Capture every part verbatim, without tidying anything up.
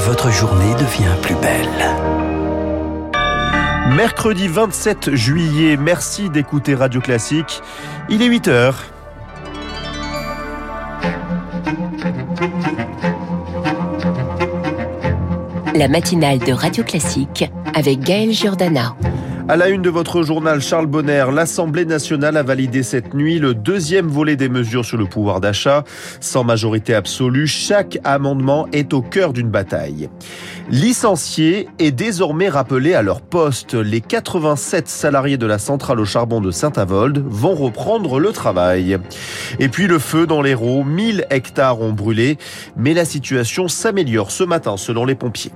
votre journée devient plus belle. Mercredi vingt-sept juillet, merci d'écouter Radio Classique. Il est huit heures. La matinale de Radio Classique avec Gaël Giordana. À la une de votre journal, Charles Bonner, l'Assemblée nationale a validé cette nuit le deuxième volet des mesures sur le pouvoir d'achat. Sans majorité absolue, chaque amendement est au cœur d'une bataille. Licenciés et désormais rappelés à leur poste, les quatre-vingt-sept salariés de la centrale au charbon de Saint-Avold vont reprendre le travail. Et puis le feu dans l'Hérault, mille hectares ont brûlé, mais la situation s'améliore ce matin selon les pompiers.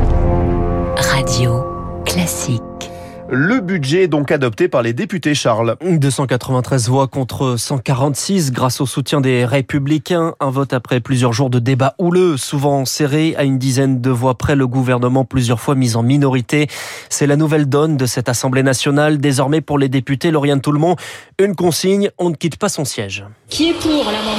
Radio Classique. Le budget est donc adopté par les députés, Charles. deux cent quatre-vingt-treize voix contre cent quarante-six grâce au soutien des Républicains. Un vote après plusieurs jours de débats houleux, souvent serrés à une dizaine de voix près. Le gouvernement plusieurs fois mis en minorité. C'est la nouvelle donne de cette Assemblée nationale. Désormais pour les députés, Lauriane Toulmont, une consigne, on ne quitte pas son siège. Qui est pour l'amendement ?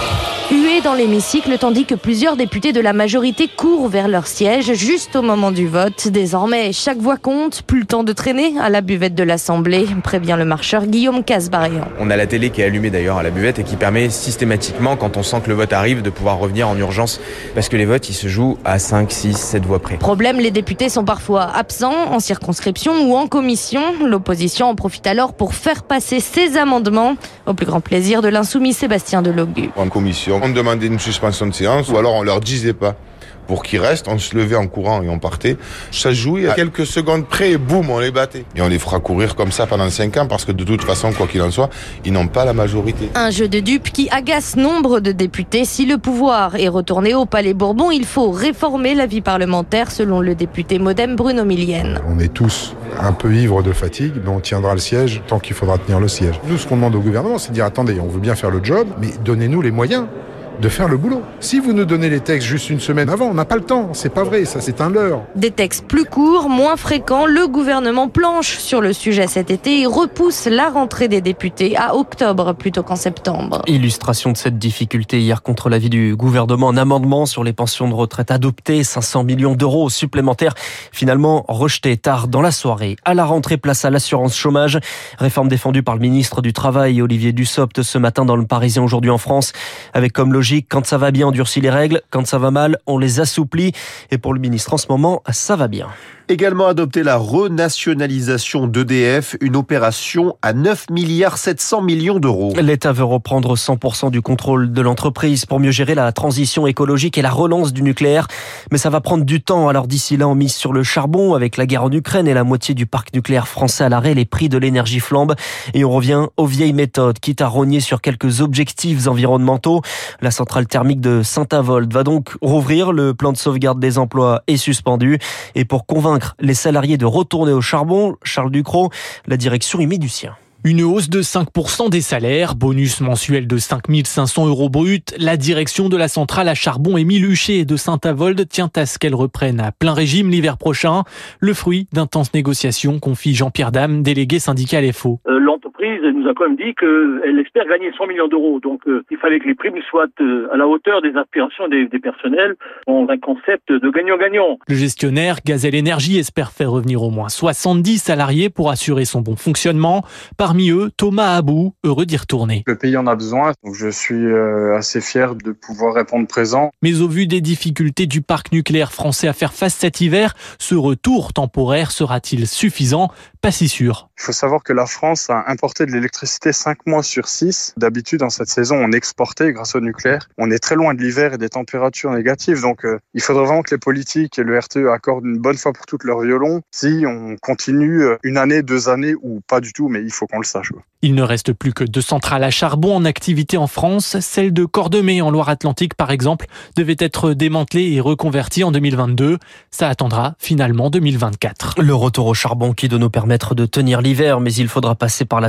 Hué dans l'hémicycle, tandis que plusieurs députés de la majorité courent vers leur siège juste au moment du vote. Désormais, chaque voix compte, plus le temps de traîner à la buvette de l'Assemblée, prévient le marcheur Guillaume Casbarian. On a la télé qui est allumée d'ailleurs à la buvette et qui permet systématiquement, quand on sent que le vote arrive, de pouvoir revenir en urgence parce que les votes, ils se jouent à cinq, six, sept voix près. Problème, les députés sont parfois absents en circonscription ou en commission. L'opposition en profite alors pour faire passer ses amendements, au plus grand plaisir de l'insoumis Sébastien Delogu. En commission, on demandait une suspension de séance ou alors on leur disait pas pour qu'ils restent, on se levait en courant et on partait. Ça se jouait à quelques secondes près et boum, on les battait. Et on les fera courir comme ça pendant cinq ans parce que de toute façon, quoi qu'il en soit, ils n'ont pas la majorité. Un jeu de dupes qui agace nombre de députés. Si le pouvoir est retourné au Palais Bourbon, il faut réformer la vie parlementaire selon le député Modem Bruno Millienne. On est tous un peu ivres de fatigue, mais on tiendra le siège tant qu'il faudra tenir le siège. Nous, ce qu'on demande au gouvernement, c'est de dire attendez, on veut bien faire le job, mais donnez-nous les moyens de faire le boulot. Si vous nous donnez les textes juste une semaine avant, on n'a pas le temps. C'est pas vrai, ça c'est un leurre. Des textes plus courts, moins fréquents, le gouvernement planche sur le sujet cet été et repousse la rentrée des députés à octobre plutôt qu'en septembre. Illustration de cette difficulté hier contre l'avis du gouvernement. Un amendement sur les pensions de retraite adopté, cinq cents millions d'euros supplémentaires, finalement rejeté tard dans la soirée. À la rentrée, place à l'assurance chômage. Réforme défendue par le ministre du Travail, Olivier Dussopt, ce matin dans Le Parisien aujourd'hui en France, avec comme logique quand ça va bien, on durcit les règles. Quand ça va mal, on les assouplit. Et pour le ministre, en ce moment, ça va bien. Également adopté la renationalisation d'E D F, une opération à neuf milliards sept cents millions d'euros. L'État veut reprendre cent pour cent du contrôle de l'entreprise pour mieux gérer la transition écologique et la relance du nucléaire. Mais ça va prendre du temps. Alors d'ici là, on mise sur le charbon. Avec la guerre en Ukraine et la moitié du parc nucléaire français à l'arrêt, les prix de l'énergie flambent. Et on revient aux vieilles méthodes, quitte à rogner sur quelques objectifs environnementaux. La centrale thermique de Saint-Avold va donc rouvrir. Le plan de sauvegarde des emplois est suspendu. Et pour convaincre les salariés de retourner au charbon, Charles Ducrot, la direction y met du sien. Une hausse de cinq pour cent des salaires, bonus mensuel de cinq mille cinq cents euros bruts. La direction de la centrale à charbon Émile Huchet de Saint-Avold tient à ce qu'elle reprenne à plein régime l'hiver prochain. Le fruit d'intenses négociations, confie Jean-Pierre Dame, délégué syndical F O. Euh, l'entreprise nous a quand même dit qu'elle espère gagner cent millions d'euros. Donc euh, il fallait que les primes soient euh, à la hauteur des aspirations des, des personnels dans un concept de gagnant-gagnant. Le gestionnaire Gazelle Énergie espère faire revenir au moins soixante-dix salariés pour assurer son bon fonctionnement. Parmi eux, Thomas Abou, heureux d'y retourner. Le pays en a besoin, donc je suis assez fier de pouvoir répondre présent. Mais au vu des difficultés du parc nucléaire français à faire face cet hiver, ce retour temporaire sera-t-il suffisant ? Pas si sûr. Il faut savoir que la France a importé de l'électricité cinq mois sur six. D'habitude, dans cette saison, on exportait grâce au nucléaire. On est très loin de l'hiver et des températures négatives. Donc, euh, il faudrait vraiment que les politiques et le R T E accordent une bonne fois pour toutes leur violon. Si on continue une année, deux années ou pas du tout, mais il faut qu'on le sache. Il ne reste plus que deux centrales à charbon en activité en France. Celle de Cordemais en Loire-Atlantique, par exemple, devait être démantelée et reconvertie en deux mille vingt-deux. Ça attendra finalement deux mille vingt-quatre. Le retour au charbon qui doit nous permettre de tenir l'hiver, mais il faudra passer par la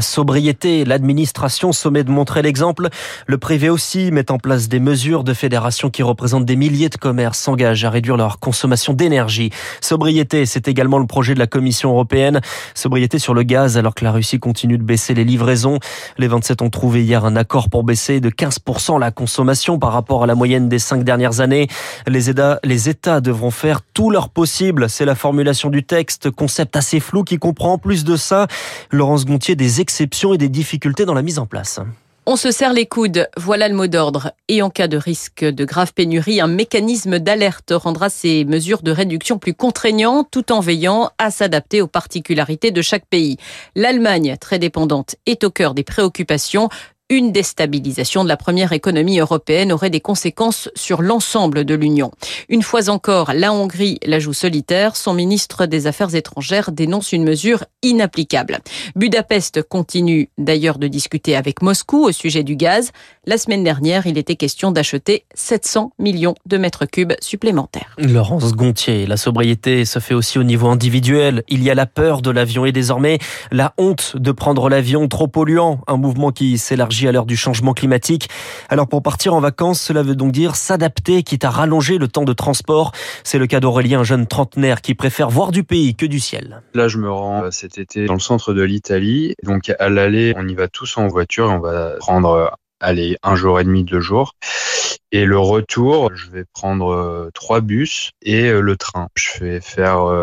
sobriété. L'administration sommet de montrer l'exemple. Le privé aussi met en place des mesures. De fédérations qui représentent des milliers de commerces s'engagent à réduire leur consommation d'énergie. Sobriété, c'est également le projet de la Commission européenne. Sobriété sur le gaz alors que la Russie continue de baisser les livraisons. Les vingt-sept ont trouvé hier un accord pour baisser de quinze pour cent la consommation par rapport à la moyenne des cinq dernières années. Les États, les États devront faire tout leur possible. C'est la formulation du texte, concept assez flou qui comprend en plus de ça, Laurence Gontier, des exceptions et des difficultés dans la mise en place. On se serre les coudes, voilà le mot d'ordre. Et en cas de risque de grave pénurie, un mécanisme d'alerte rendra ces mesures de réduction plus contraignantes tout en veillant à s'adapter aux particularités de chaque pays. L'Allemagne, très dépendante, est au cœur des préoccupations. Une déstabilisation de la première économie européenne aurait des conséquences sur l'ensemble de l'Union. Une fois encore, la Hongrie la joue solitaire. Son ministre des Affaires étrangères dénonce une mesure inapplicable. Budapest continue d'ailleurs de discuter avec Moscou au sujet du gaz. La semaine dernière, il était question d'acheter sept cents millions de mètres cubes supplémentaires. Laurence Gontier, la sobriété se fait aussi au niveau individuel. Il y a la peur de l'avion et désormais la honte de prendre l'avion trop polluant. Un mouvement qui s'élargit à l'heure du changement climatique. Alors pour partir en vacances, cela veut donc dire s'adapter, quitte à rallonger le temps de transport. C'est le cas d'Aurélien, un jeune trentenaire qui préfère voir du pays que du ciel. Là, je me rends cet été dans le centre de l'Italie. Donc à l'aller, on y va tous en voiture et on va prendre allez, un jour et demi, deux jours. Et le retour, je vais prendre euh, trois bus et euh, le train. Je vais faire euh,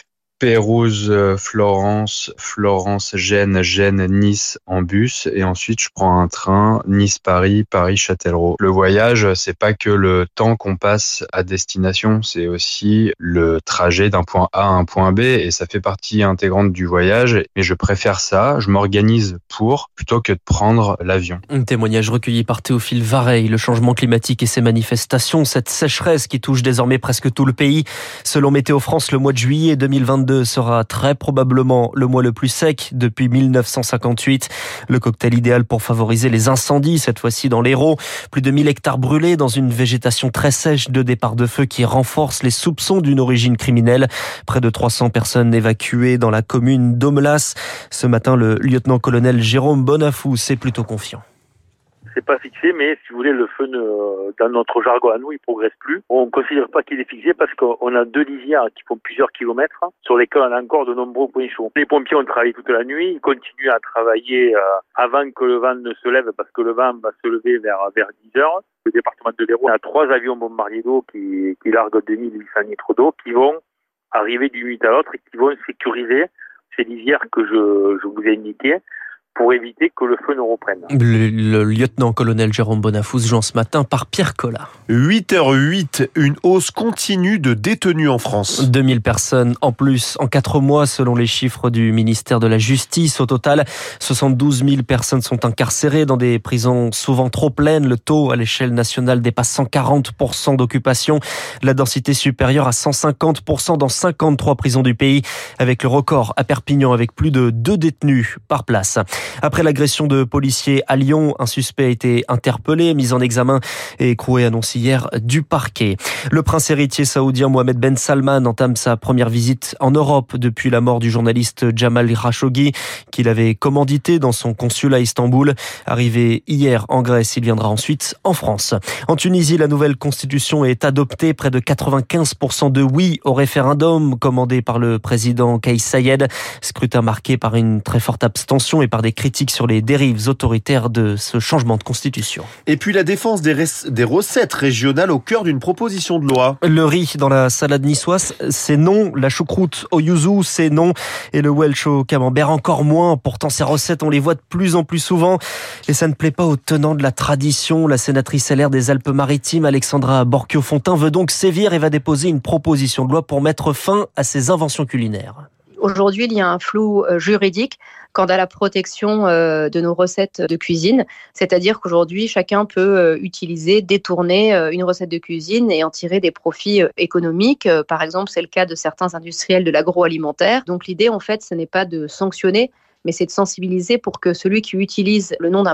Pérouse, Florence, Florence, Gênes, Gênes, Nice en bus et ensuite je prends un train Nice-Paris, Paris-Châtellerault. Le voyage, c'est pas que le temps qu'on passe à destination, c'est aussi le trajet d'un point A à un point B et ça fait partie intégrante du voyage. Mais je préfère ça, je m'organise pour plutôt que de prendre l'avion. Un témoignage recueilli par Théophile Vareille. Le changement climatique et ses manifestations, cette sécheresse qui touche désormais presque tout le pays. Selon Météo France, le mois de juillet deux mille vingt-deux sera très probablement le mois le plus sec depuis mille neuf cent cinquante-huit. Le cocktail idéal pour favoriser les incendies, cette fois-ci dans l'Hérault. Plus de mille hectares brûlés dans une végétation très sèche, de départs de feu qui renforcent les soupçons d'une origine criminelle. Près de trois cents personnes évacuées dans la commune d'Aumelas. Ce matin, le lieutenant-colonel Jérôme Bonafou s'est plutôt confiant. C'est pas fixé, mais si vous voulez, le feu, ne, dans notre jargon à nous, il progresse plus. On ne considère pas qu'il est fixé parce qu'on a deux lisières qui font plusieurs kilomètres, sur lesquels on a encore de nombreux points chauds. Les pompiers ont travaillé toute la nuit, ils continuent à travailler euh, avant que le vent ne se lève parce que le vent va se lever vers, vers dix heures. Le département de l'Hérault a trois avions bombardiers d'eau qui, qui larguent deux mille huit cents litres d'eau qui vont arriver d'une minute à l'autre et qui vont sécuriser ces lisières que je, je vous ai indiquées, pour éviter que le feu ne reprenne. Le, le lieutenant-colonel Jérôme Bonafou se joint ce matin par Pierre Collat. huit heures huit, une hausse continue de détenus en France. deux mille personnes en plus en quatre mois selon les chiffres du ministère de la Justice. Au total, soixante-douze mille personnes sont incarcérées dans des prisons souvent trop pleines. Le taux à l'échelle nationale dépasse cent quarante pour cent d'occupation. La densité supérieure à cent cinquante pour cent dans cinquante-trois prisons du pays, avec le record à Perpignan avec plus de deux détenus par place. Après l'agression de policiers à Lyon, un suspect a été interpellé, mis en examen et écroué, annonce hier du parquet. Le prince héritier saoudien Mohamed Ben Salman entame sa première visite en Europe depuis la mort du journaliste Jamal Khashoggi, qu'il avait commandité dans son consulat à Istanbul. Arrivé hier en Grèce, il viendra ensuite en France. En Tunisie, la nouvelle constitution est adoptée. Près de quatre-vingt-quinze pour cent de oui au référendum commandé par le président Kais Saied. Scrutin marqué par une très forte abstention et par des critiques sur les dérives autoritaires de ce changement de constitution. Et puis la défense des, rec- des recettes régionales au cœur d'une proposition de loi. Le riz dans la salade niçoise, c'est non. La choucroute au yuzu, c'est non. Et le welsh au camembert, encore moins. Pourtant, ces recettes, on les voit de plus en plus souvent. Et ça ne plaît pas aux tenants de la tradition. La sénatrice L R des Alpes-Maritimes, Alexandra Borchio-Fontin, veut donc sévir et va déposer une proposition de loi pour mettre fin à ces inventions culinaires. Aujourd'hui, il y a un flou juridique quant à la protection de nos recettes de cuisine. C'est-à-dire qu'aujourd'hui, chacun peut utiliser, détourner une recette de cuisine et en tirer des profits économiques. Par exemple, c'est le cas de certains industriels de l'agroalimentaire. Donc l'idée, en fait, ce n'est pas de sanctionner, mais c'est de sensibiliser pour que celui qui utilise le nom d'un plat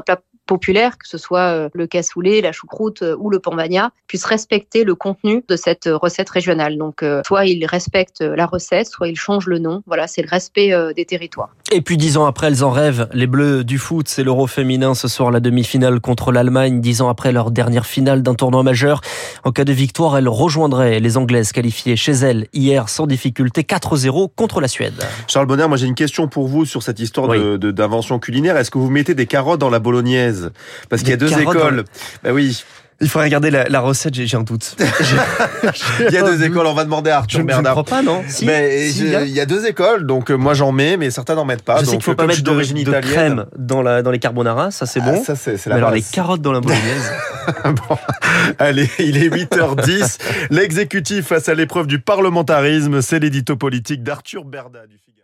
populaires, que ce soit le cassoulet, la choucroute ou le pambagna, puissent respecter le contenu de cette recette régionale. Donc, soit ils respectent la recette, soit ils changent le nom. Voilà, c'est le respect des territoires. Et puis dix ans après, elles en rêvent. Les Bleus du foot, c'est l'Euro féminin ce soir, la demi-finale contre l'Allemagne. Dix ans après leur dernière finale d'un tournoi majeur. En cas de victoire, elles rejoindraient les Anglaises qualifiées chez elles hier sans difficulté quatre zéro contre la Suède. Charles Bonner, moi j'ai une question pour vous sur cette histoire oui. de, de, d'invention culinaire. Est-ce que vous mettez des carottes dans la bolognaise ? Parce qu'il y a deux écoles. Dans... Ben oui. Il faudrait regarder la, la recette, j'ai, j'ai un doute. Il y a deux écoles, on va demander à Arthur je, Bernard. Je ne crois pas, non si, mais si, il, y a... il y a deux écoles, donc moi j'en mets, mais certains n'en mettent pas. Je donc, sais qu'il ne faut pas mettre de, de crème dans, la, dans les carbonara, ça c'est bon. Ah, ça, c'est, c'est mais la alors base. Les carottes dans la bolognaise. Bon, allez, il est huit heures dix. L'exécutif face à l'épreuve du parlementarisme, c'est l'édito politique d'Arthur Berda du Figaro.